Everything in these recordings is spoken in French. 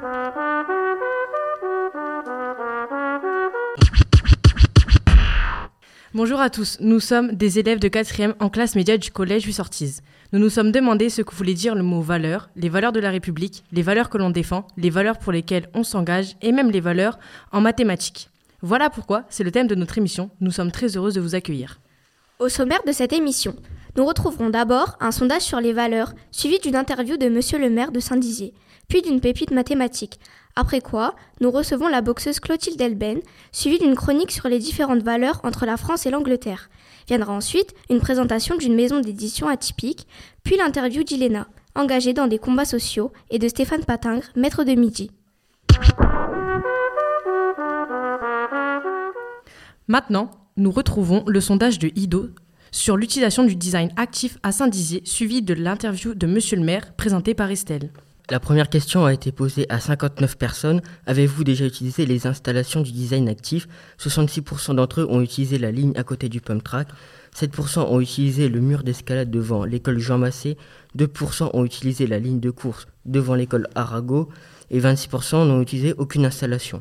Bonjour à tous, nous sommes des élèves de 4e en classe média du collège Huys-Ortiz. Nous nous sommes demandé ce que voulait dire le mot valeur, les valeurs de la République, les valeurs que l'on défend, les valeurs pour lesquelles on s'engage et même les valeurs en mathématiques. Voilà pourquoi c'est le thème de notre émission. Nous sommes très heureuses de vous accueillir. Au sommaire de cette émission, nous retrouverons d'abord un sondage sur les valeurs, suivi d'une interview de Monsieur le maire de Saint-Dizier, puis d'une pépite mathématique. Après quoi, nous recevons la boxeuse Clotilde Elben, suivie d'une chronique sur les différentes valeurs entre la France et l'Angleterre. Viendra ensuite une présentation d'une maison d'édition atypique, puis l'interview d'Iléna, engagée dans des combats sociaux, et de Stéphane Patingre, maître de midi. Maintenant, nous retrouvons le sondage de Ido sur l'utilisation du design actif à Saint-Dizier, suivi de l'interview de Monsieur le maire, présentée par Estelle. La première question a été posée à 59 personnes. Avez-vous déjà utilisé les installations du design actif ? 66% d'entre eux ont utilisé la ligne à côté du pump track. 7% ont utilisé le mur d'escalade devant l'école Jean Massé. 2% ont utilisé la ligne de course devant l'école Arago. Et 26% n'ont utilisé aucune installation.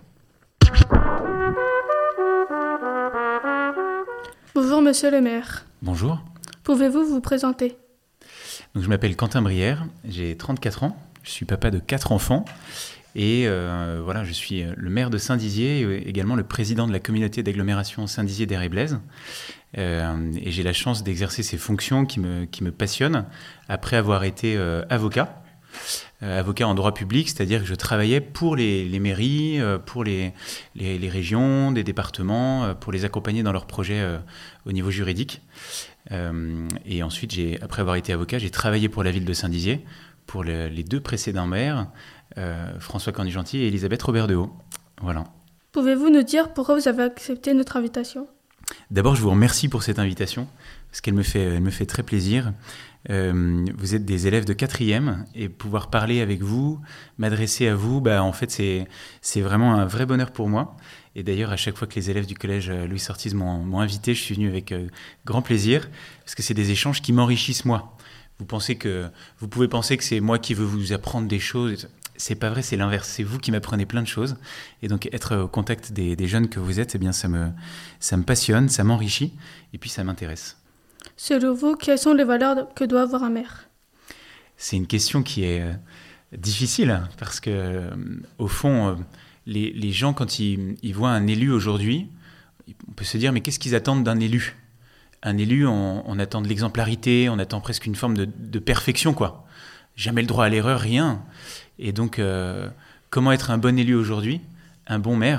Bonjour Monsieur le maire. Bonjour. Pouvez-vous vous présenter ? Donc, je m'appelle Quentin Brière, j'ai 34 ans, je suis papa de 4 enfants et je suis le maire de Saint-Dizier et également le président de la communauté d'agglomération Saint-Dizier-d'Air-et-Blaise. Et j'ai la chance d'exercer ces fonctions qui me passionnent après avoir été avocat en droit public, c'est-à-dire que je travaillais pour les mairies, pour les régions, des départements, pour les accompagner dans leurs projets au niveau juridique. Et ensuite, après avoir été avocat, j'ai travaillé pour la ville de Saint-Dizier, pour les 2 précédents maires, François Cornu-Gentil et Elisabeth Robert-Dehaut. Voilà. Pouvez-vous nous dire pourquoi vous avez accepté notre invitation ? D'abord, je vous remercie pour cette invitation, parce qu'elle me fait très plaisir. Vous êtes des élèves de 4e, et pouvoir parler avec vous, m'adresser à vous, en fait, c'est vraiment un vrai bonheur pour moi. Et d'ailleurs, à chaque fois que les élèves du collège Louis-Ortiz m'ont invité, je suis venu avec grand plaisir, parce que c'est des échanges qui m'enrichissent moi. Vous pouvez penser que c'est moi qui veux vous apprendre des choses. C'est pas vrai, c'est l'inverse. C'est vous qui m'apprenez plein de choses. Et donc, être au contact des jeunes que vous êtes, ça me passionne, ça m'enrichit, et puis ça m'intéresse. Selon vous, quelles sont les valeurs que doit avoir un maire ? C'est une question qui est difficile, parce que, au fond, les gens, quand ils voient un élu aujourd'hui, on peut se dire, mais qu'est-ce qu'ils attendent d'un élu ? Un élu, on attend de l'exemplarité, on attend presque une forme de perfection, quoi. Jamais le droit à l'erreur, rien. Et donc, comment être un bon élu aujourd'hui, un bon maire ?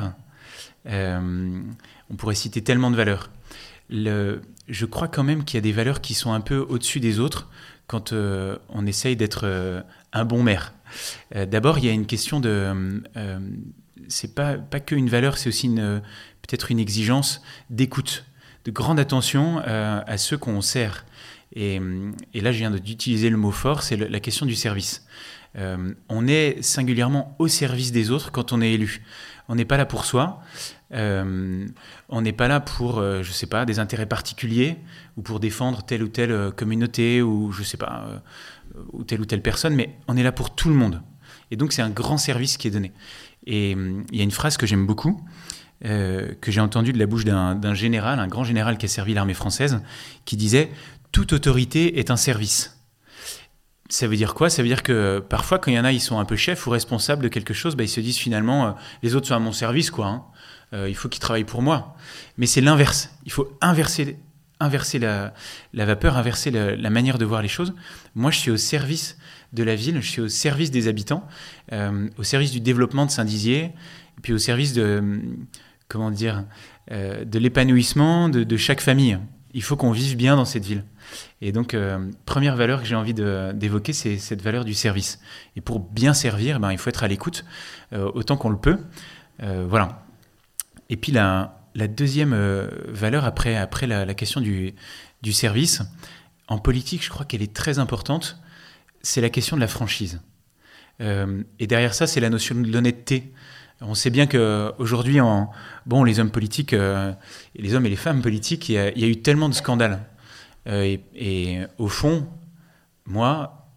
On pourrait citer tellement de valeurs. Je crois quand même qu'il y a des valeurs qui sont un peu au-dessus des autres quand on essaye d'être un bon maire. D'abord, il y a une question c'est pas que une valeur, c'est aussi peut-être une exigence d'écoute, de grande attention à ceux qu'on sert. Et là, je viens d'utiliser le mot fort, c'est la question du service. On est singulièrement au service des autres quand on est élu. On n'est pas là pour soi, on n'est pas là pour, des intérêts particuliers ou pour défendre telle ou telle communauté ou, ou telle personne, mais on est là pour tout le monde. Et donc, c'est un grand service qui est donné. Et il y a une phrase que j'aime beaucoup, que j'ai entendue de la bouche d'un général, un grand général qui a servi l'armée française, qui disait « Toute autorité est un service ». Ça veut dire quoi ? Ça veut dire que parfois, quand il y en a, ils sont un peu chefs ou responsables de quelque chose, ils se disent finalement les autres sont à mon service, quoi. Il faut qu'ils travaillent pour moi. Mais c'est l'inverse. Il faut inverser la vapeur, inverser la manière de voir les choses. Moi, je suis au service de la ville, je suis au service des habitants, au service du développement de Saint-Dizier, et puis au service de l'épanouissement de chaque famille. Il faut qu'on vive bien dans cette ville. Et donc, première valeur que j'ai envie d'évoquer, c'est cette valeur du service. Et pour bien servir, il faut être à l'écoute, autant qu'on le peut. Voilà. Et puis, la deuxième valeur, après la question du service, en politique, je crois qu'elle est très importante, c'est la question de la franchise. Et derrière ça, c'est la notion de l'honnêteté. On sait bien qu'aujourd'hui, les hommes politiques, les hommes et les femmes politiques, il y a eu tellement de scandales. Et au fond, moi,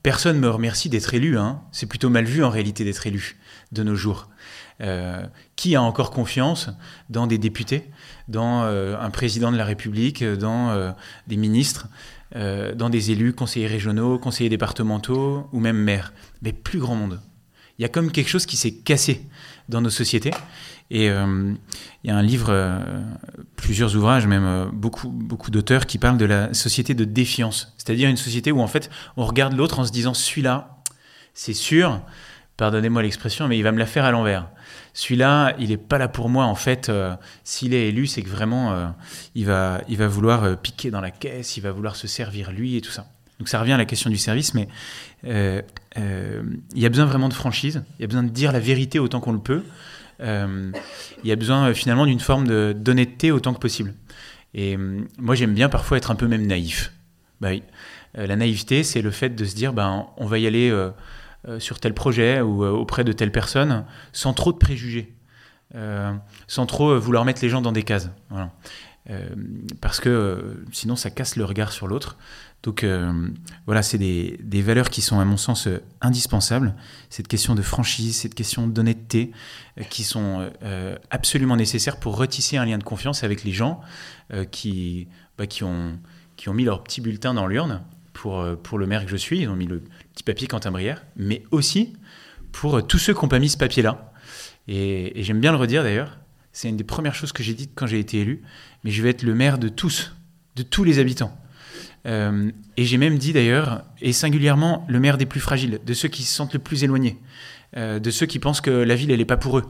personne me remercie d'être élu. Hein. C'est plutôt mal vu en réalité d'être élu de nos jours. Qui a encore confiance dans des députés, dans un président de la République, dans des ministres, dans des élus, conseillers régionaux, conseillers départementaux ou même maires? Mais plus grand monde. Il y a comme quelque chose qui s'est cassé dans nos sociétés. Et il y a un livre, plusieurs ouvrages, même beaucoup d'auteurs qui parlent de la société de défiance. C'est-à-dire une société où en fait on regarde l'autre en se disant celui-là, c'est sûr, pardonnez-moi l'expression, mais il va me la faire à l'envers. Celui-là, il n'est pas là pour moi. En fait, s'il est élu, c'est que vraiment, il va vouloir piquer dans la caisse, il va vouloir se servir lui et tout ça. Donc ça revient à la question du service, mais il y a besoin vraiment de franchise, il y a besoin de dire la vérité autant qu'on le peut, il y a besoin finalement d'une forme d'honnêteté autant que possible. Et moi, j'aime bien parfois être un peu même naïf. Bah oui. La naïveté, c'est le fait de se dire, on va y aller... sur tel projet ou auprès de telle personne, sans trop de préjugés, sans trop vouloir mettre les gens dans des cases. Voilà. Parce que sinon, ça casse le regard sur l'autre. Donc voilà, c'est des valeurs qui sont à mon sens indispensables. Cette question de franchise, cette question d'honnêteté, qui sont absolument nécessaires pour retisser un lien de confiance avec les gens qui ont mis leur petit bulletin dans l'urne pour le maire que je suis. Ils ont mis le petit papier Quentin Brière, mais aussi pour tous ceux qui n'ont pas mis ce papier-là. Et j'aime bien le redire d'ailleurs, c'est une des premières choses que j'ai dites quand j'ai été élu, mais je vais être le maire de tous les habitants. Et j'ai même dit d'ailleurs, et singulièrement le maire des plus fragiles, de ceux qui se sentent le plus éloignés, de ceux qui pensent que la ville, elle n'est pas pour eux.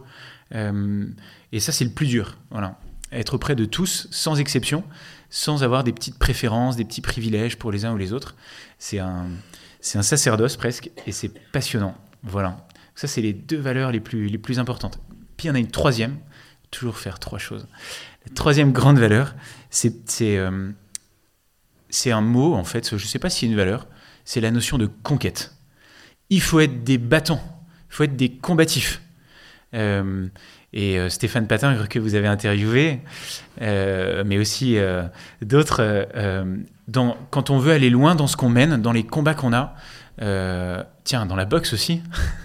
Et ça, c'est le plus dur. Voilà. Être auprès de tous, sans exception, sans avoir des petites préférences, des petits privilèges pour les uns ou les autres. C'est un sacerdoce presque, et c'est passionnant. Voilà. Ça, c'est les deux valeurs les plus importantes. Puis il y en a une troisième, toujours faire trois choses. La troisième grande valeur, c'est un mot, en fait, je ne sais pas si c'est une valeur, c'est la notion de conquête. Il faut être des battants, il faut être des combatifs. Et Stéphane Patin, que vous avez interviewé, mais aussi d'autres, quand on veut aller loin dans ce qu'on mène, dans les combats qu'on a, dans la boxe aussi,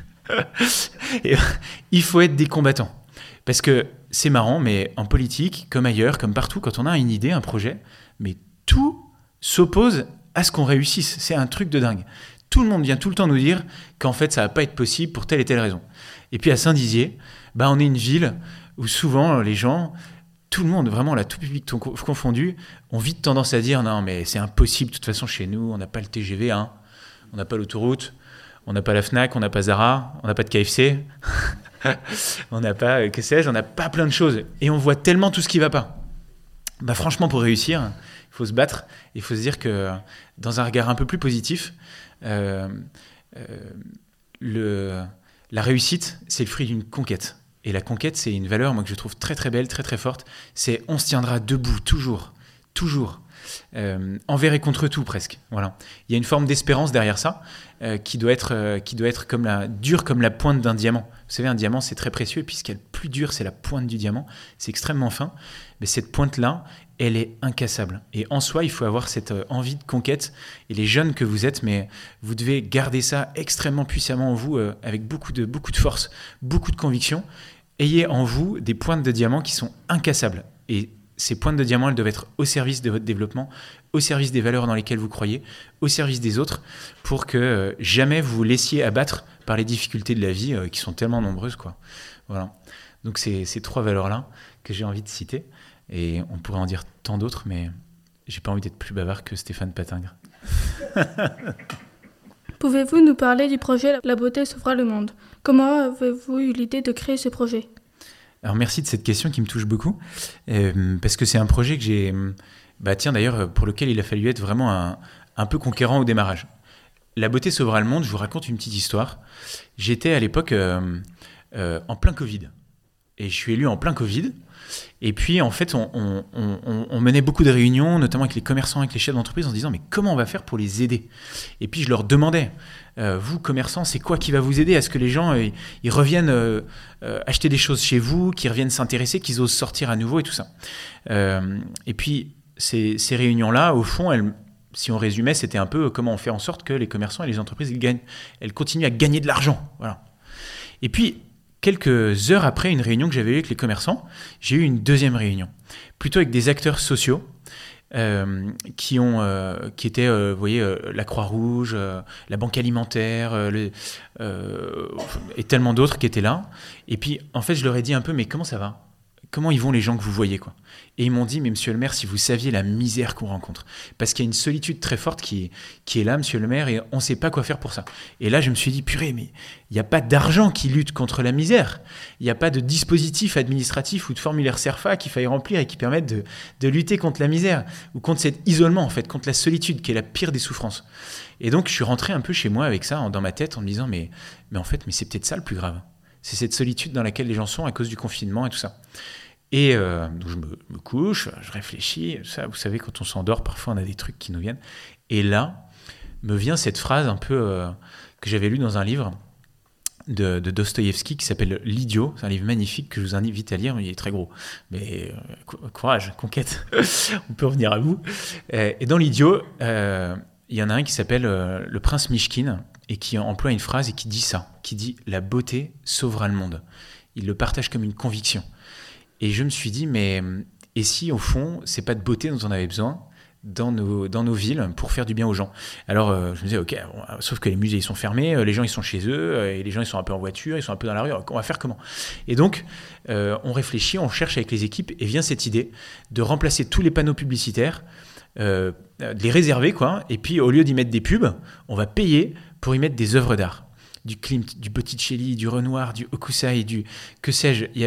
il faut être des combattants. Parce que c'est marrant, mais en politique, comme ailleurs, comme partout, quand on a une idée, un projet, mais tout s'oppose à ce qu'on réussisse. C'est un truc de dingue. Tout le monde vient tout le temps nous dire qu'en fait, ça ne va pas être possible pour telle et telle raison. Et puis à Saint-Dizier, on est une ville où souvent les gens, tout le monde, vraiment là, tout public confondu, ont vite tendance à dire non mais c'est impossible, de toute façon chez nous, on n'a pas le TGV, hein, on n'a pas l'autoroute, on n'a pas la Fnac, on n'a pas Zara, on n'a pas de KFC, on n'a pas, que sais-je, on n'a pas plein de choses. Et on voit tellement tout ce qui ne va pas. Franchement, pour réussir, il faut se battre, il faut se dire que dans un regard un peu plus positif, la réussite, c'est le fruit d'une conquête. Et la conquête, c'est une valeur, moi, que je trouve très très belle, très très forte. C'est on se tiendra debout, toujours, envers et contre tout presque. Voilà. Il y a une forme d'espérance derrière ça qui doit être dure comme la pointe d'un diamant. Vous savez, un diamant, c'est très précieux, et puis ce qui est le plus dur, c'est la pointe du diamant. C'est extrêmement fin, mais cette pointe-là, elle est incassable. Et en soi, il faut avoir cette envie de conquête. Et les jeunes que vous êtes, mais vous devez garder ça extrêmement puissamment en vous, avec beaucoup de force, beaucoup de conviction. Ayez en vous des pointes de diamant qui sont incassables. Et ces pointes de diamant, elles doivent être au service de votre développement, au service des valeurs dans lesquelles vous croyez, au service des autres, pour que jamais vous vous laissiez abattre par les difficultés de la vie qui sont tellement nombreuses, quoi. Voilà. Donc c'est ces trois valeurs-là que j'ai envie de citer. Et on pourrait en dire tant d'autres, mais j'ai pas envie d'être plus bavard que Stéphane Patingre. Pouvez-vous nous parler du projet La beauté sauvera le monde? Comment avez-vous eu l'idée de créer ce projet? Alors merci de cette question qui me touche beaucoup, parce que c'est un projet que j'ai... d'ailleurs, pour lequel il a fallu être vraiment un peu conquérant au démarrage. La beauté sauvera le monde, je vous raconte une petite histoire. J'étais à l'époque en plein Covid. Et je suis élu en plein Covid. Et puis, en fait, on menait beaucoup de réunions, notamment avec les commerçants, avec les chefs d'entreprise, en se disant, mais comment on va faire pour les aider? Et puis, je leur demandais, vous, commerçants, c'est quoi qui va vous aider à ce que les gens ils reviennent acheter des choses chez vous, qu'ils reviennent s'intéresser, qu'ils osent sortir à nouveau et tout ça. Et puis, ces réunions-là, au fond, elles si on résumait, c'était un peu comment on fait en sorte que les commerçants et les entreprises elles continuent à gagner de l'argent. Voilà. Et puis, quelques heures après une réunion que j'avais eue avec les commerçants, j'ai eu une deuxième réunion, plutôt avec des acteurs sociaux qui étaient, vous voyez, la Croix-Rouge, la Banque Alimentaire, et tellement d'autres qui étaient là. Et puis, en fait, je leur ai dit un peu, mais comment ça va ? Comment ils vont les gens que vous voyez, quoi ? Et ils m'ont dit, mais monsieur le maire, si vous saviez la misère qu'on rencontre, parce qu'il y a une solitude très forte qui est là, monsieur le maire, et on ne sait pas quoi faire pour ça. Et là, je me suis dit, purée, mais il n'y a pas d'argent qui lutte contre la misère. Il n'y a pas de dispositif administratif ou de formulaire CERFA qu'il faille remplir et qui permettent de lutter contre la misère, ou contre cet isolement, en fait, contre la solitude, qui est la pire des souffrances. Et donc, je suis rentré un peu chez moi avec ça, dans ma tête, en me disant, mais en fait, mais c'est peut-être ça le plus grave. C'est cette solitude dans laquelle les gens sont à cause du confinement et tout ça. Et donc je me couche, je réfléchis, ça, vous savez, quand on s'endort, parfois on a des trucs qui nous viennent. Et là, me vient cette phrase un peu que j'avais lue dans un livre de Dostoïevski qui s'appelle « L'idiot ». C'est un livre magnifique que je vous invite à lire, mais il est très gros. Mais courage, conquête, on peut revenir à vous. Et dans « L'idiot », il y en a un qui s'appelle le prince Mishkin et qui emploie une phrase et qui dit ça, qui dit « La beauté sauvera le monde ». Il le partage comme une conviction. Et je me suis dit, mais et si au fond, c'est pas de beauté dont on avait besoin dans nos villes pour faire du bien aux gens ? Alors je me disais, ok, bon, sauf que les musées ils sont fermés, les gens ils sont chez eux, et les gens ils sont un peu en voiture, ils sont un peu dans la rue, on va faire comment ? Et donc on réfléchit, on cherche avec les équipes, et vient cette idée de remplacer tous les panneaux publicitaires, de les réserver, quoi, et puis au lieu d'y mettre des pubs, on va payer pour y mettre des œuvres d'art. Du Klimt, du Botticelli, du Renoir, du Hokusai, du que sais-je. Il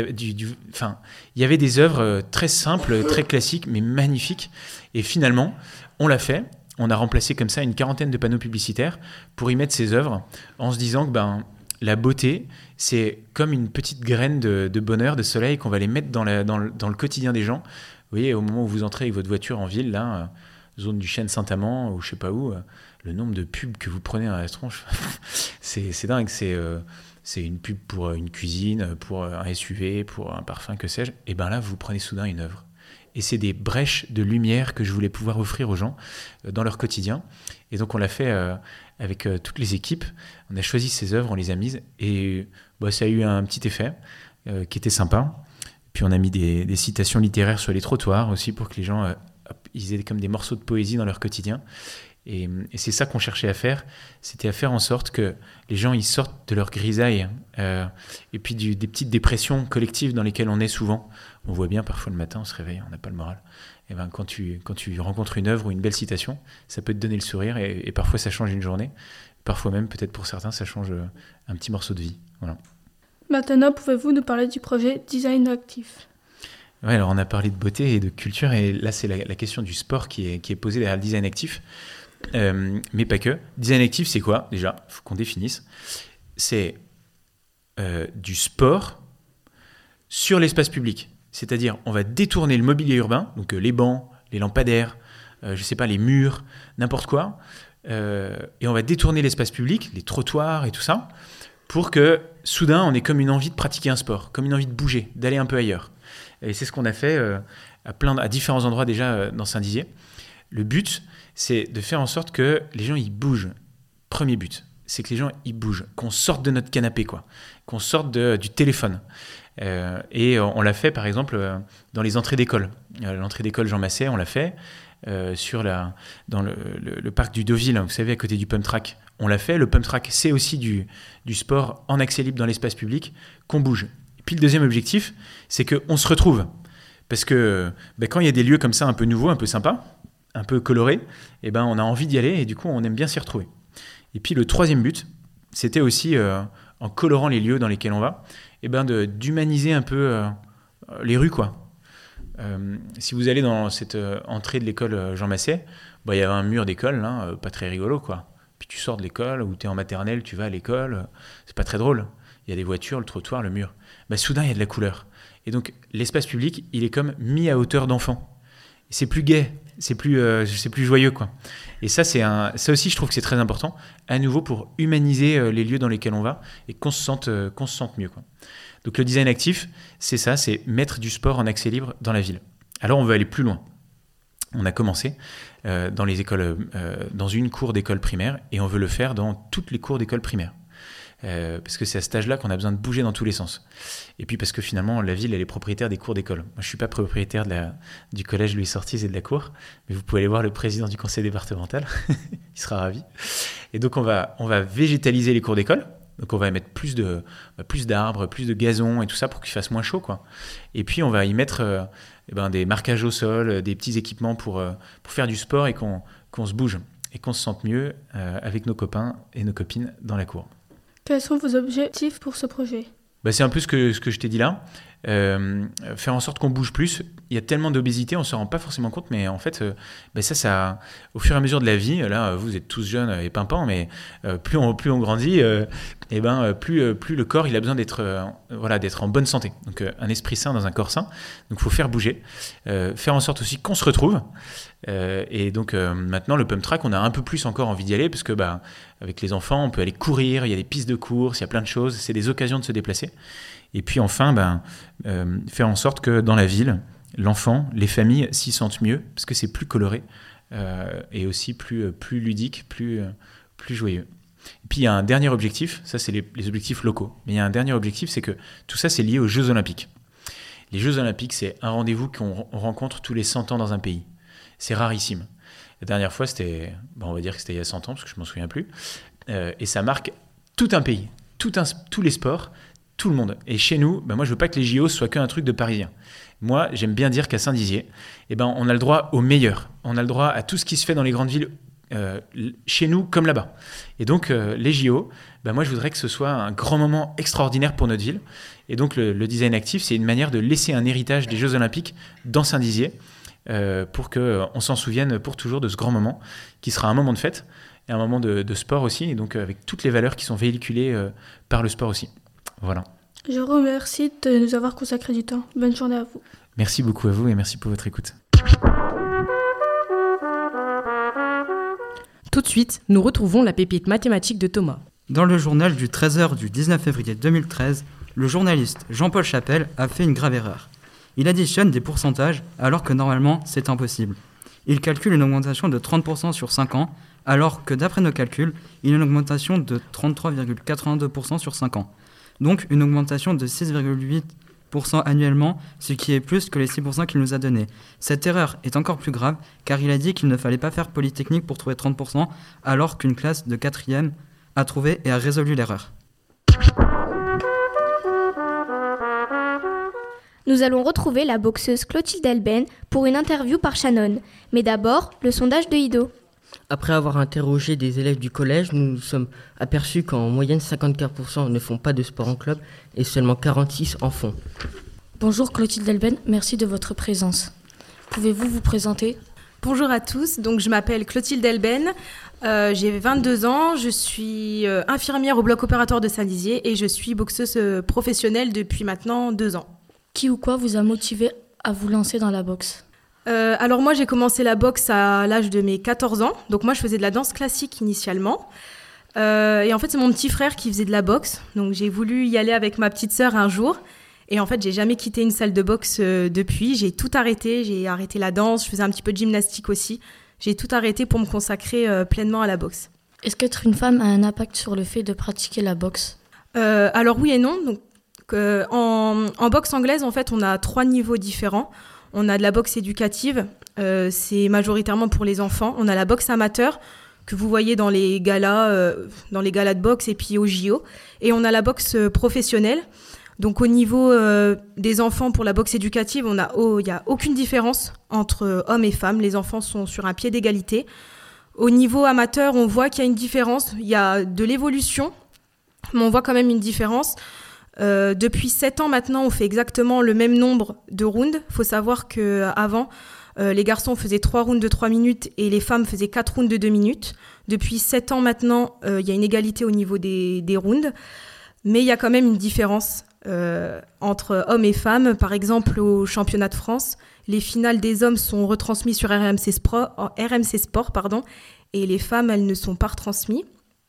y avait des œuvres très simples, très classiques, mais magnifiques. Et finalement, on l'a fait. On a remplacé comme ça une 40aine de panneaux publicitaires pour y mettre ces œuvres, en se disant que la beauté, c'est comme une petite graine de bonheur, de soleil qu'on va les mettre dans le quotidien des gens. Vous voyez, au moment où vous entrez avec votre voiture en ville, là, zone du Chêne Saint-Amand, ou je sais pas où, le nombre de pubs que vous prenez dans la tronche, c'est dingue. C'est une pub pour une cuisine, pour un SUV, pour un parfum, que sais-je. Et bien là, vous prenez soudain une œuvre. Et c'est des brèches de lumière que je voulais pouvoir offrir aux gens dans leur quotidien. Et donc, on l'a fait avec toutes les équipes. On a choisi ces œuvres, on les a mises. Et ça a eu un petit effet qui était sympa. Puis, on a mis des citations littéraires sur les trottoirs aussi pour que les gens ils aient comme des morceaux de poésie dans leur quotidien. Et c'est ça qu'on cherchait à faire, c'était à faire en sorte que les gens ils sortent de leur grisaille et puis des petites dépressions collectives dans lesquelles on est souvent. On voit bien parfois le matin, on se réveille, on n'a pas le moral. Et quand tu rencontres une œuvre ou une belle citation, ça peut te donner le sourire et parfois ça change une journée. Parfois même, peut-être pour certains, ça change un petit morceau de vie. Voilà. Maintenant, pouvez-vous nous parler du projet Design Actif ? Ouais, alors on a parlé de beauté et de culture, et là c'est la question du sport qui est posée derrière le design actif. Mais pas que. Design actif, c'est quoi déjà ? Il faut qu'on définisse. C'est du sport sur l'espace public. C'est-à-dire, on va détourner le mobilier urbain, donc les bancs, les lampadaires, je sais pas, les murs, n'importe quoi, et on va détourner l'espace public, les trottoirs et tout ça, pour que soudain on ait comme une envie de pratiquer un sport, comme une envie de bouger, d'aller un peu ailleurs. Et c'est ce qu'on a fait à différents endroits déjà dans Saint-Dizier. Le but, c'est de faire en sorte que les gens ils bougent. Premier but, c'est que les gens ils bougent, qu'on sorte de notre canapé, quoi, qu'on sorte du téléphone. Et on l'a fait par exemple dans les entrées d'école. L'entrée d'école Jean Massé, on l'a fait dans le parc du Deauville, vous savez, à côté du pump track. On l'a fait. Le pump track, c'est aussi du sport en accès libre dans l'espace public, qu'on bouge. Et puis le deuxième objectif, c'est qu'on se retrouve. Parce que quand il y a des lieux comme ça un peu nouveaux, un peu sympas, un peu colorés, et on a envie d'y aller et du coup on aime bien s'y retrouver. Et puis le troisième but, c'était aussi, en colorant les lieux dans lesquels on va, d'humaniser un peu les rues, quoi. Si vous allez dans cette entrée de l'école Jean Massé, il y a un mur d'école, là, pas très rigolo, quoi. Puis tu sors de l'école, ou tu es en maternelle, tu vas à l'école, c'est pas très drôle. Il y a des voitures, le trottoir, le mur. Soudain, il y a de la couleur. Et donc, l'espace public, il est comme mis à hauteur d'enfant. C'est plus gai, c'est plus joyeux, quoi. Et ça aussi, je trouve que c'est très important, à nouveau pour humaniser les lieux dans lesquels on va et qu'on se sente mieux, quoi. Donc le design actif, c'est ça, c'est mettre du sport en accès libre dans la ville. Alors on veut aller plus loin. On a commencé dans les écoles, dans une cour d'école primaire, et on veut le faire dans toutes les cours d'école primaire. Parce que c'est à cet âge-là qu'on a besoin de bouger dans tous les sens. Et puis parce que finalement, la ville, elle est propriétaire des cours d'école. Moi, je ne suis pas propriétaire du collège Louis Ortiz et de la cour, mais vous pouvez aller voir le président du conseil départemental, il sera ravi. Et donc, on va végétaliser les cours d'école. Donc, on va mettre plus d'arbres, plus de gazon et tout ça pour qu'il fasse moins chaud, quoi. Et puis, on va y mettre des marquages au sol, des petits équipements pour faire du sport et qu'on se bouge et qu'on se sente mieux avec nos copains et nos copines dans la cour. Quels sont vos objectifs pour ce projet ? C'est un peu ce que je t'ai dit là. Faire en sorte qu'on bouge plus. Il y a tellement d'obésité, on ne s'en rend pas forcément compte, mais en fait, ça, au fur et à mesure de la vie, là, vous êtes tous jeunes et pimpants, mais plus on grandit, plus le corps il a besoin d'être en bonne santé. Donc, un esprit sain dans un corps sain. Donc, il faut faire bouger. Faire en sorte aussi qu'on se retrouve. Et donc, maintenant, le pump track, on a un peu plus encore envie d'y aller, parce que avec les enfants, on peut aller courir, il y a des pistes de course, il y a plein de choses, c'est des occasions de se déplacer. Et puis enfin, faire en sorte que dans la ville, l'enfant, les familles s'y sentent mieux, parce que c'est plus coloré et aussi plus ludique, plus joyeux. Et puis il y a un dernier objectif, ça c'est les objectifs locaux, mais il y a un dernier objectif, c'est que tout ça c'est lié aux Jeux Olympiques. Les Jeux Olympiques, c'est un rendez-vous qu'on rencontre tous les 100 ans dans un pays. C'est rarissime. La dernière fois, on va dire que c'était il y a 100 ans, parce que je ne m'en souviens plus, et ça marque tout un pays, tous les sports, tout le monde. Et chez nous, moi je veux pas que les JO soient qu'un truc de Parisiens. Moi, j'aime bien dire qu'à Saint-Dizier, on a le droit au meilleur. On a le droit à tout ce qui se fait dans les grandes villes, chez nous comme là-bas. Et donc, les JO, moi je voudrais que ce soit un grand moment extraordinaire pour notre ville. Et donc, le design actif, c'est une manière de laisser un héritage des Jeux Olympiques dans Saint-Dizier, pour qu'on s'en souvienne pour toujours de ce grand moment, qui sera un moment de fête et un moment de sport aussi, et donc avec toutes les valeurs qui sont véhiculées par le sport aussi. Voilà. Je vous remercie de nous avoir consacré du temps. Bonne journée à vous. Merci beaucoup à vous et merci pour votre écoute. Tout de suite, nous retrouvons la pépite mathématique de Thomas. Dans le journal du 13h du 19 février 2013, le journaliste Jean-Paul Chapelle a fait une grave erreur. Il additionne des pourcentages alors que normalement c'est impossible. Il calcule une augmentation de 30% sur 5 ans, alors que d'après nos calculs, il y a une augmentation de 33,82% sur 5 ans. Donc une augmentation de 6,8% annuellement, ce qui est plus que les 6% qu'il nous a donnés. Cette erreur est encore plus grave, car il a dit qu'il ne fallait pas faire Polytechnique pour trouver 30%, alors qu'une classe de 4e a trouvé et a résolu l'erreur. Nous allons retrouver la boxeuse Clotilde Elben pour une interview par Shannon. Mais d'abord, le sondage de Ido. Après avoir interrogé des élèves du collège, nous nous sommes aperçus qu'en moyenne 54% ne font pas de sport en club et seulement 46% en font. Bonjour Clotilde Elben, merci de votre présence. Pouvez-vous vous présenter ? Bonjour à tous, donc je m'appelle Clotilde Elben, j'ai 22 ans, je suis infirmière au bloc opératoire de Saint-Dizier et je suis boxeuse professionnelle depuis maintenant 2 ans. Qui ou quoi vous a motivé à vous lancer dans la boxe ? Alors moi j'ai commencé la boxe à l'âge de mes 14 ans, donc moi je faisais de la danse classique initialement. Et en fait c'est mon petit frère qui faisait de la boxe, donc j'ai voulu y aller avec ma petite sœur un jour. Et en fait j'ai jamais quitté une salle de boxe depuis, j'ai tout arrêté, j'ai arrêté la danse, je faisais un petit peu de gymnastique aussi. J'ai tout arrêté pour me consacrer pleinement à la boxe. Est-ce qu'être une femme a un impact sur le fait de pratiquer la boxe ? Alors oui et non, donc en boxe anglaise en fait on a 3 niveaux différents. On a de la boxe éducative, c'est majoritairement pour les enfants. On a la boxe amateur, que vous voyez dans les galas de boxe et puis au JO. Et on a la boxe professionnelle. Donc au niveau des enfants, pour la boxe éducative, il n'y a aucune différence entre hommes et femmes. Les enfants sont sur un pied d'égalité. Au niveau amateur, on voit qu'il y a une différence. Il y a de l'évolution, mais on voit quand même une différence. Depuis 7 ans maintenant, on fait exactement le même nombre de rounds. Il faut savoir qu'avant, les garçons faisaient 3 rounds de 3 minutes et les femmes faisaient 4 rounds de 2 minutes. Depuis 7 ans maintenant, il y a une égalité au niveau des rounds. Mais il y a quand même une différence entre hommes et femmes. Par exemple, au championnat de France, les finales des hommes sont retransmises sur RMC Sport, et les femmes, elles ne sont pas retransmises.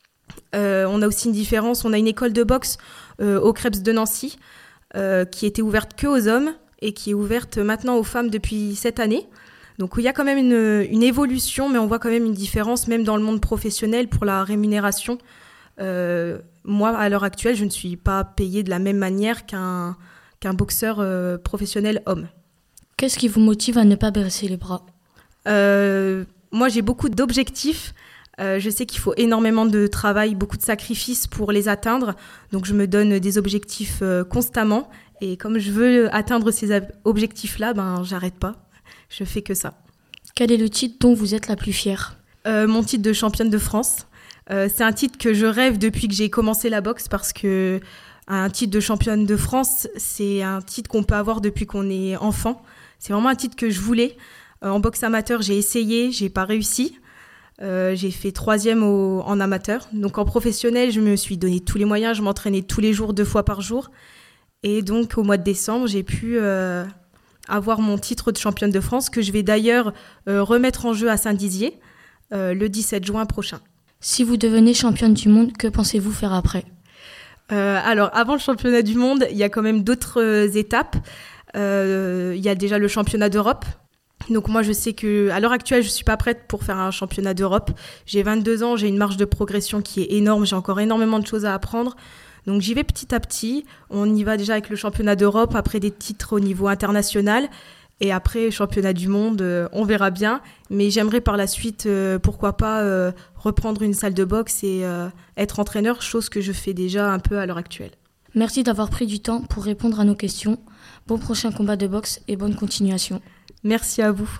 On a aussi une différence, on a une école de boxe au Krebs de Nancy qui était ouverte que aux hommes et qui est ouverte maintenant aux femmes depuis cette année. Donc il y a quand même une évolution, mais on voit quand même une différence, même dans le monde professionnel, pour la rémunération. Moi, à l'heure actuelle, je ne suis pas payée de la même manière qu'un boxeur professionnel homme. Qu'est-ce qui vous motive à ne pas baisser les bras ? Moi, j'ai beaucoup d'objectifs. Je sais qu'il faut énormément de travail, beaucoup de sacrifices pour les atteindre. Donc, je me donne des objectifs constamment. Et comme je veux atteindre ces objectifs-là, j'arrête pas. Je fais que ça. Quel est le titre dont vous êtes la plus fière ? Mon titre de championne de France. C'est un titre que je rêve depuis que j'ai commencé la boxe parce que un titre de championne de France, c'est un titre qu'on peut avoir depuis qu'on est enfant. C'est vraiment un titre que je voulais. En boxe amateur, j'ai essayé, j'ai pas réussi. J'ai fait 3e en amateur. Donc en professionnel, je me suis donné tous les moyens. Je m'entraînais tous les jours, 2 fois par jour. Et donc au mois de décembre, j'ai pu avoir mon titre de championne de France que je vais d'ailleurs remettre en jeu à Saint-Dizier le 17 juin prochain. Si vous devenez championne du monde, que pensez-vous faire après ? Alors, avant le championnat du monde, il y a quand même d'autres étapes. Il y a déjà le championnat d'Europe. Donc moi, je sais qu'à l'heure actuelle, je ne suis pas prête pour faire un championnat d'Europe. J'ai 22 ans, j'ai une marge de progression qui est énorme. J'ai encore énormément de choses à apprendre. Donc j'y vais petit à petit. On y va déjà avec le championnat d'Europe, après des titres au niveau international. Et après, championnat du monde, on verra bien. Mais j'aimerais par la suite, pourquoi pas, reprendre une salle de boxe et être entraîneur, chose que je fais déjà un peu à l'heure actuelle. Merci d'avoir pris du temps pour répondre à nos questions. Bon prochain combat de boxe et bonne continuation. Merci à vous.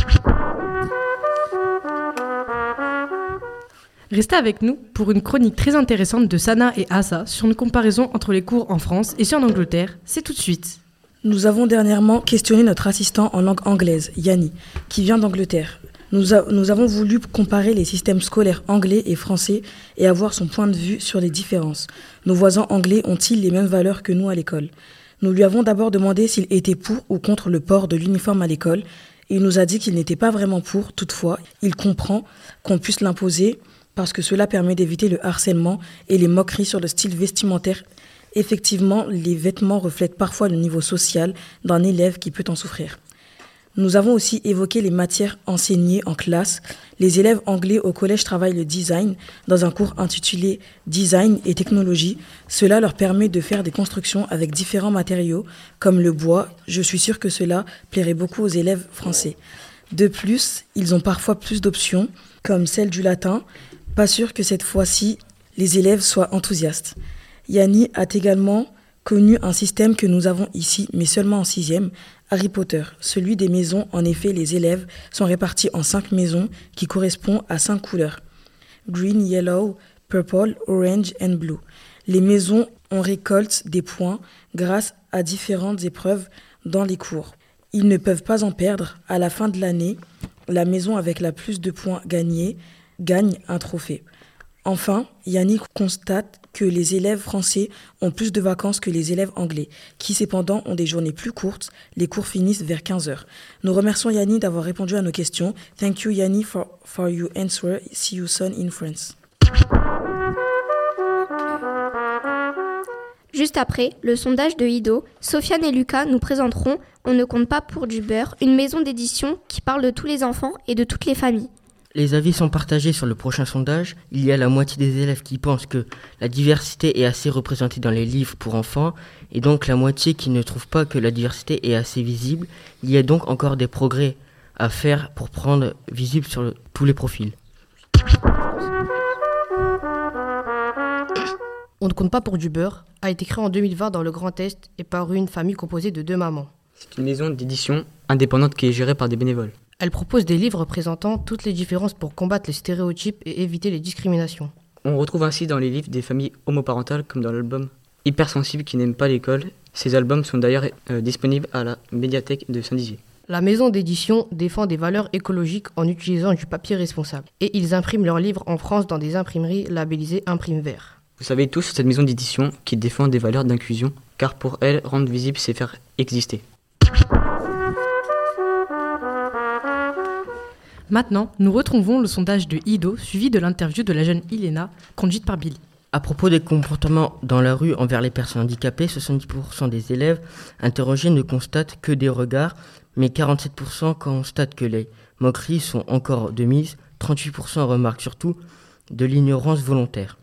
Restez avec nous pour une chronique très intéressante de Sana et Asa sur une comparaison entre les cours en France et ceux en Angleterre. C'est tout de suite. Nous avons dernièrement questionné notre assistant en langue anglaise, Yanni, qui vient d'Angleterre. Nous avons voulu comparer les systèmes scolaires anglais et français et avoir son point de vue sur les différences. Nos voisins anglais ont-ils les mêmes valeurs que nous à l'école ? Nous lui avons d'abord demandé s'il était pour ou contre le port de l'uniforme à l'école. Il nous a dit qu'il n'était pas vraiment pour, toutefois, il comprend qu'on puisse l'imposer parce que cela permet d'éviter le harcèlement et les moqueries sur le style vestimentaire. Effectivement, les vêtements reflètent parfois le niveau social d'un élève qui peut en souffrir. Nous avons aussi évoqué les matières enseignées en classe. Les élèves anglais au collège travaillent le design dans un cours intitulé « Design et technologie ». Cela leur permet de faire des constructions avec différents matériaux, comme le bois. Je suis sûre que cela plairait beaucoup aux élèves français. De plus, ils ont parfois plus d'options, comme celle du latin. Pas sûr que cette fois-ci, les élèves soient enthousiastes. Yanni a également connu un système que nous avons ici, mais seulement en 6e, Harry Potter, celui des maisons. En effet, les élèves sont répartis en 5 maisons qui correspondent à 5 couleurs. Green, yellow, purple, orange and blue. Les maisons, on récolte des points grâce à différentes épreuves dans les cours. Ils ne peuvent pas en perdre. À la fin de l'année, la maison avec la plus de points gagnés gagne un trophée. Enfin, Yannick constate que les élèves français ont plus de vacances que les élèves anglais, qui cependant ont des journées plus courtes. Les cours finissent vers 15h. Nous remercions Yannick d'avoir répondu à nos questions. Thank you Yannick for your answer. See you soon in France. Juste après, le sondage de Ido, Sofiane et Lucas nous présenteront On ne compte pas pour du beurre, une maison d'édition qui parle de tous les enfants et de toutes les familles. Les avis sont partagés sur le prochain sondage. Il y a la moitié des élèves qui pensent que la diversité est assez représentée dans les livres pour enfants et donc la moitié qui ne trouve pas que la diversité est assez visible. Il y a donc encore des progrès à faire pour prendre visible sur tous les profils. On ne compte pas pour du beurre a été créé en 2020 dans le Grand Est et par une famille composée de 2 mamans. C'est une maison d'édition indépendante qui est gérée par des bénévoles. Elle propose des livres présentant toutes les différences pour combattre les stéréotypes et éviter les discriminations. On retrouve ainsi dans les livres des familles homoparentales comme dans l'album Hypersensibles qui n'aiment pas l'école. Ces albums sont d'ailleurs disponibles à la médiathèque de Saint-Dizier. La maison d'édition défend des valeurs écologiques en utilisant du papier responsable. Et ils impriment leurs livres en France dans des imprimeries labellisées Imprime Vert. Vous savez tous cette maison d'édition qui défend des valeurs d'inclusion, car pour elle, rendre visible, c'est faire exister. Maintenant, nous retrouvons le sondage de Ido, suivi de l'interview de la jeune Ilena, conduite par Billy. À propos des comportements dans la rue envers les personnes handicapées, 70% des élèves interrogés ne constatent que des regards, mais 47% constatent que les moqueries sont encore de mise, 38% remarquent surtout de l'ignorance volontaire.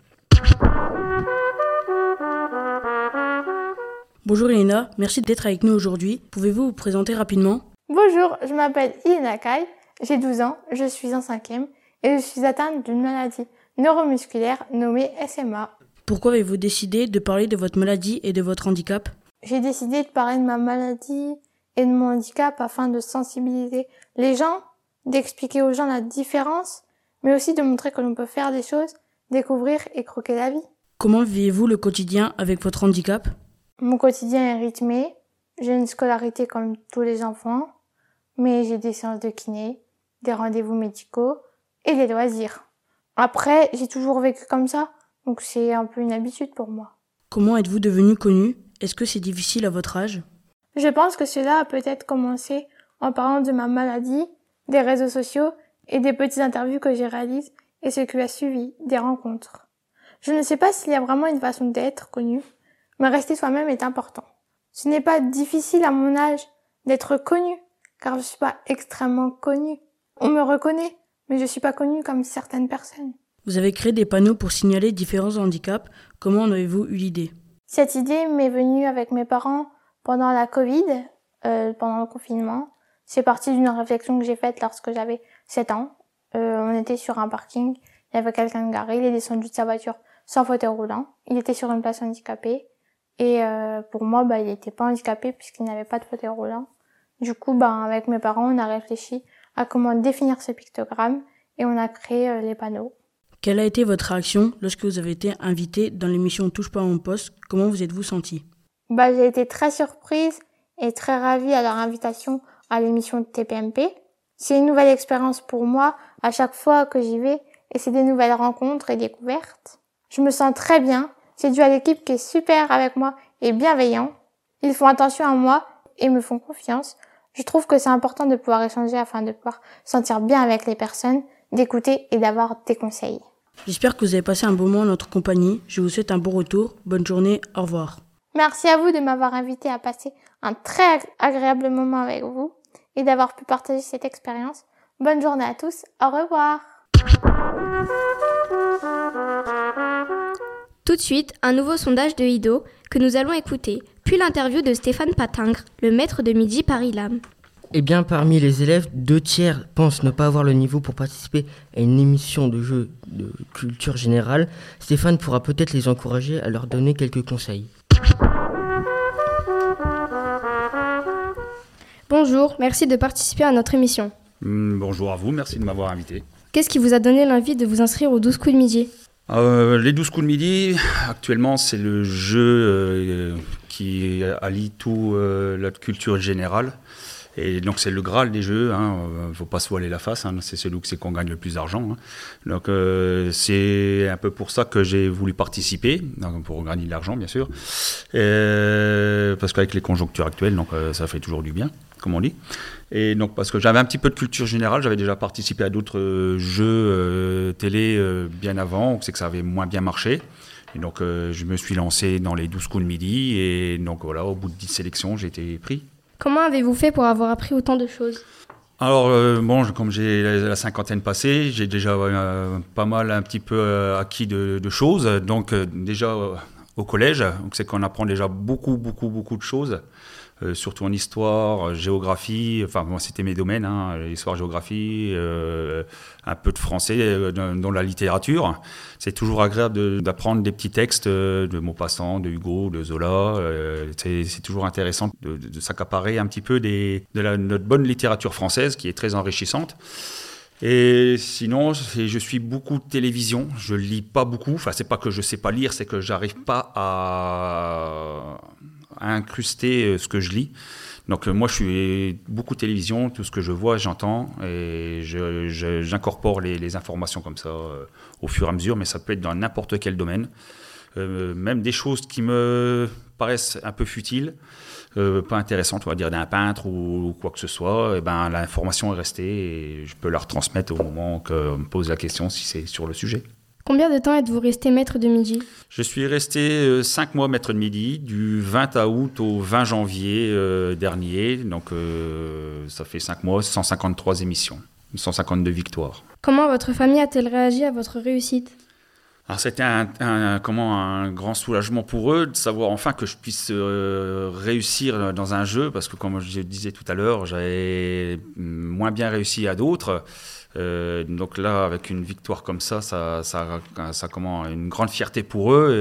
Bonjour Elena, merci d'être avec nous aujourd'hui. Pouvez-vous vous présenter rapidement ? Bonjour, je m'appelle Elena Kai, j'ai 12 ans, je suis en 5e et je suis atteinte d'une maladie neuromusculaire nommée SMA. Pourquoi avez-vous décidé de parler de votre maladie et de votre handicap ? J'ai décidé de parler de ma maladie et de mon handicap afin de sensibiliser les gens, d'expliquer aux gens la différence, mais aussi de montrer que l'on peut faire des choses, découvrir et croquer la vie. Comment vivez-vous le quotidien avec votre handicap ? Mon quotidien est rythmé, j'ai une scolarité comme tous les enfants, mais j'ai des séances de kiné, des rendez-vous médicaux et des loisirs. Après, j'ai toujours vécu comme ça, donc c'est un peu une habitude pour moi. Comment êtes-vous devenu connu ? Est-ce que c'est difficile à votre âge ? Je pense que cela a peut-être commencé en parlant de ma maladie, des réseaux sociaux et des petites interviews que j'ai réalisées et ce qui a suivi, des rencontres. Je ne sais pas s'il y a vraiment une façon d'être connu, mais rester soi-même est important. Ce n'est pas difficile à mon âge d'être connu, car je suis pas extrêmement connue. On me reconnaît, mais je suis pas connue comme certaines personnes. Vous avez créé des panneaux pour signaler différents handicaps. Comment en avez-vous eu l'idée ? Cette idée m'est venue avec mes parents pendant la Covid, pendant le confinement. C'est parti d'une réflexion que j'ai faite lorsque j'avais 7 ans. On était sur un parking, il y avait quelqu'un de garé, il est descendu de sa voiture sans fauteuil roulant. Il était sur une place handicapée. Et pour moi, il n'était pas handicapé puisqu'il n'avait pas de fauteuil roulant. Du coup, avec mes parents, on a réfléchi à comment définir ce pictogramme et on a créé les panneaux. Quelle a été votre réaction lorsque vous avez été invité dans l'émission Touche pas à mon poste ? Comment vous êtes-vous senti ? J'ai été très surprise et très ravie à leur invitation à l'émission de TPMP. C'est une nouvelle expérience pour moi à chaque fois que j'y vais et c'est des nouvelles rencontres et découvertes. Je me sens très bien, c'est dû à l'équipe qui est super avec moi et bienveillant. Ils font attention à moi et me font confiance. Je trouve que c'est important de pouvoir échanger afin de pouvoir se sentir bien avec les personnes, d'écouter et d'avoir des conseils. J'espère que vous avez passé un bon moment en notre compagnie. Je vous souhaite un bon retour. Bonne journée. Au revoir. Merci à vous de m'avoir invité à passer un très agréable moment avec vous et d'avoir pu partager cette expérience. Bonne journée à tous. Au revoir. Tout de suite, un nouveau sondage de Ido que nous allons écouter, puis l'interview de Stéphane Patingre, le maître de Midi Paris-Lam. Eh bien, parmi les élèves, 2/3 pensent ne pas avoir le niveau pour participer à une émission de jeu de culture générale. Stéphane pourra peut-être les encourager à leur donner quelques conseils. Bonjour, merci de participer à notre émission. Bonjour à vous, merci de m'avoir invité. Qu'est-ce qui vous a donné l'envie de vous inscrire aux 12 coups de midi ? Les 12 coups de midi, actuellement, c'est le jeu qui allie tout la culture générale. Et donc c'est le Graal des jeux, faut pas se voiler la face, c'est celui où c'est qu'on gagne le plus d'argent. Donc c'est un peu pour ça que j'ai voulu participer, donc pour gagner de l'argent bien sûr, parce qu'avec les conjonctures actuelles, donc ça fait toujours du bien, comme on dit. Et donc parce que j'avais un petit peu de culture générale, j'avais déjà participé à d'autres jeux télé bien avant, on sait que ça avait moins bien marché. Et donc je me suis lancé dans les 12 coups de midi, et donc voilà, au bout de 10 sélections, j'ai été pris. Comment avez-vous fait pour avoir appris autant de choses ? Alors, comme j'ai la cinquantaine passée, j'ai déjà pas mal un petit peu acquis de choses. Donc, déjà au collège, donc c'est qu'on apprend déjà beaucoup de choses, surtout en histoire, géographie. Enfin, moi, c'était mes domaines, histoire, géographie, un peu de français, dans la littérature. C'est toujours agréable d'apprendre des petits textes de Maupassant, de Hugo, de Zola. C'est toujours intéressant de s'accaparer un petit peu de notre bonne littérature française qui est très enrichissante. Et sinon, je suis beaucoup de télévision. Je lis pas beaucoup. Enfin, c'est pas que je sais pas lire, c'est que j'arrive pas à incruster ce que je lis. Donc moi, je suis beaucoup de télévision. Tout ce que je vois, j'entends, et j'incorpore les informations comme ça au fur et à mesure. Mais ça peut être dans n'importe quel domaine, même des choses qui me paraissent un peu futiles. Pas intéressante, on va dire, d'un peintre ou quoi que ce soit, et l'information est restée et je peux la retransmettre au moment qu'on me pose la question si c'est sur le sujet. Combien de temps êtes-vous resté maître de midi ? Je suis resté 5 mois maître de midi, du 20 août au 20 janvier dernier. Donc ça fait 5 mois, 153 émissions, 152 victoires. Comment votre famille a-t-elle réagi à votre réussite ? Alors c'était un grand soulagement pour eux de savoir enfin que je puisse réussir dans un jeu, parce que comme je disais tout à l'heure, j'avais moins bien réussi à d'autres. Donc là, avec une victoire comme ça une grande fierté pour eux,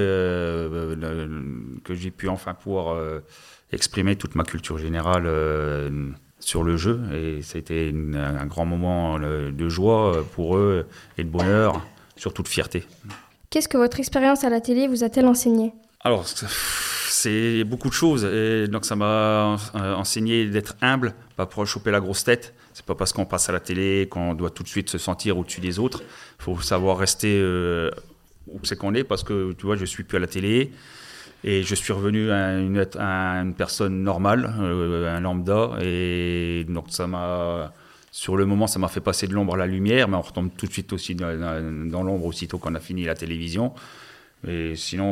que j'ai pu enfin pouvoir exprimer toute ma culture générale sur le jeu. Et ça a été un grand moment de joie pour eux et de bonheur, surtout de fierté. Qu'est-ce que votre expérience à la télé vous a-t-elle enseigné ? Alors, c'est beaucoup de choses. Et donc, ça m'a enseigné d'être humble, pas pour choper la grosse tête. C'est pas parce qu'on passe à la télé qu'on doit tout de suite se sentir au-dessus des autres. Il faut savoir rester où c'est qu'on est, parce que, tu vois, je suis plus à la télé. Et je suis revenu à une personne normale, un lambda. Et donc, sur le moment, ça m'a fait passer de l'ombre à la lumière, mais on retombe tout de suite aussi dans l'ombre aussitôt qu'on a fini la télévision. Et sinon,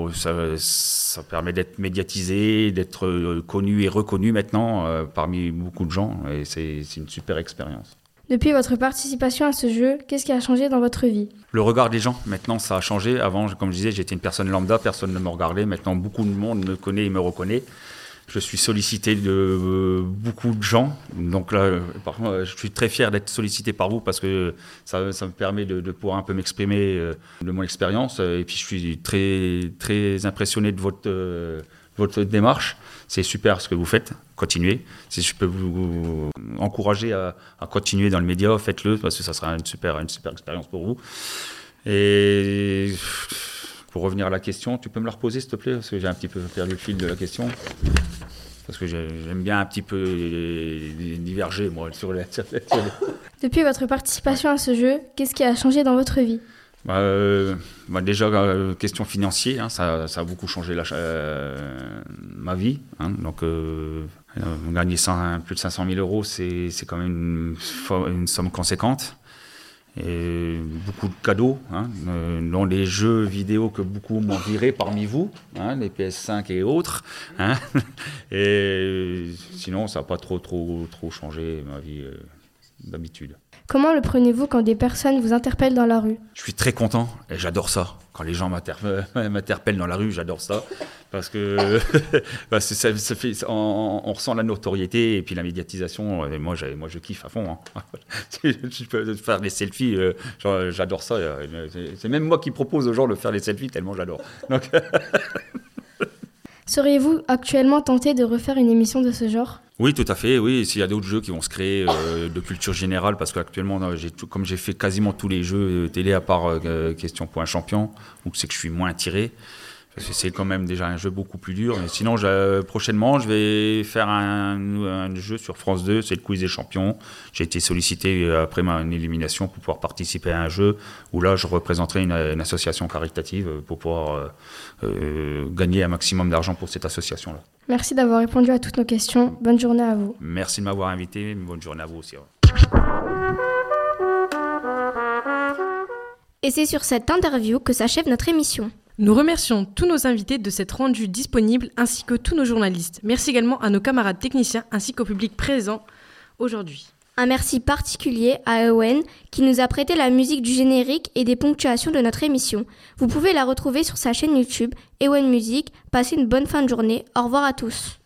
ça permet d'être médiatisé, d'être connu et reconnu maintenant parmi beaucoup de gens. Et c'est une super expérience. Depuis votre participation à ce jeu, qu'est-ce qui a changé dans votre vie ? Le regard des gens, maintenant, ça a changé. Avant, comme je disais, j'étais une personne lambda, personne ne me regardait. Maintenant, beaucoup de monde me connaît et me reconnaît. Je suis sollicité de beaucoup de gens. Donc là, par contre, je suis très fier d'être sollicité par vous, parce que ça me permet de pouvoir un peu m'exprimer de mon expérience. Et puis, je suis très, très impressionné de votre démarche. C'est super ce que vous faites. Continuez. Si je peux vous encourager à continuer dans le média, faites-le, parce que ça sera une super expérience pour vous. Et pour revenir à la question, tu peux me la reposer, s'il te plaît, parce que j'ai un petit peu perdu le fil de la question. Parce que j'aime bien un petit peu diverger, moi, sur les... Depuis votre participation à ce jeu, qu'est-ce qui a changé dans votre vie ? Déjà, question financière, hein, ça a beaucoup changé ma vie. Hein, donc, gagner plus de 500 000 euros, c'est quand même une somme conséquente. Et beaucoup de cadeaux, hein, dans les jeux vidéo que beaucoup m'ont viré parmi vous, hein, les PS5 et autres. Hein, et sinon, ça n'a pas trop changé ma vie d'habitude. Comment le prenez-vous quand des personnes vous interpellent dans la rue ? Je suis très content et j'adore ça. Quand les gens m'interpellent dans la rue, j'adore ça. Parce que on ressent la notoriété et puis la médiatisation. Et moi, je kiffe à fond. Hein. Je peux faire des selfies, j'adore ça. C'est même moi qui propose aux gens de faire des selfies, tellement j'adore. Donc... Seriez-vous actuellement tenté de refaire une émission de ce genre ? Oui, tout à fait. Oui, s'il y a d'autres jeux qui vont se créer de culture générale, parce qu'actuellement, comme j'ai fait quasiment tous les jeux télé à part Question pour un champion, où c'est que je suis moins attiré. Parce que c'est quand même déjà un jeu beaucoup plus dur. Mais sinon, prochainement, je vais faire un jeu sur France 2, c'est le Quiz des champions. J'ai été sollicité après ma élimination pour pouvoir participer à un jeu où là, je représenterai une association caritative pour pouvoir gagner un maximum d'argent pour cette association-là. Merci d'avoir répondu à toutes nos questions. Bonne journée à vous. Merci de m'avoir invité. Bonne journée à vous aussi. Et c'est sur cette interview que s'achève notre émission. Nous remercions tous nos invités de s'être rendus disponibles, ainsi que tous nos journalistes. Merci également à nos camarades techniciens ainsi qu'au public présent aujourd'hui. Un merci particulier à Ewen qui nous a prêté la musique du générique et des ponctuations de notre émission. Vous pouvez la retrouver sur sa chaîne YouTube, Ewen Music. Passez une bonne fin de journée. Au revoir à tous.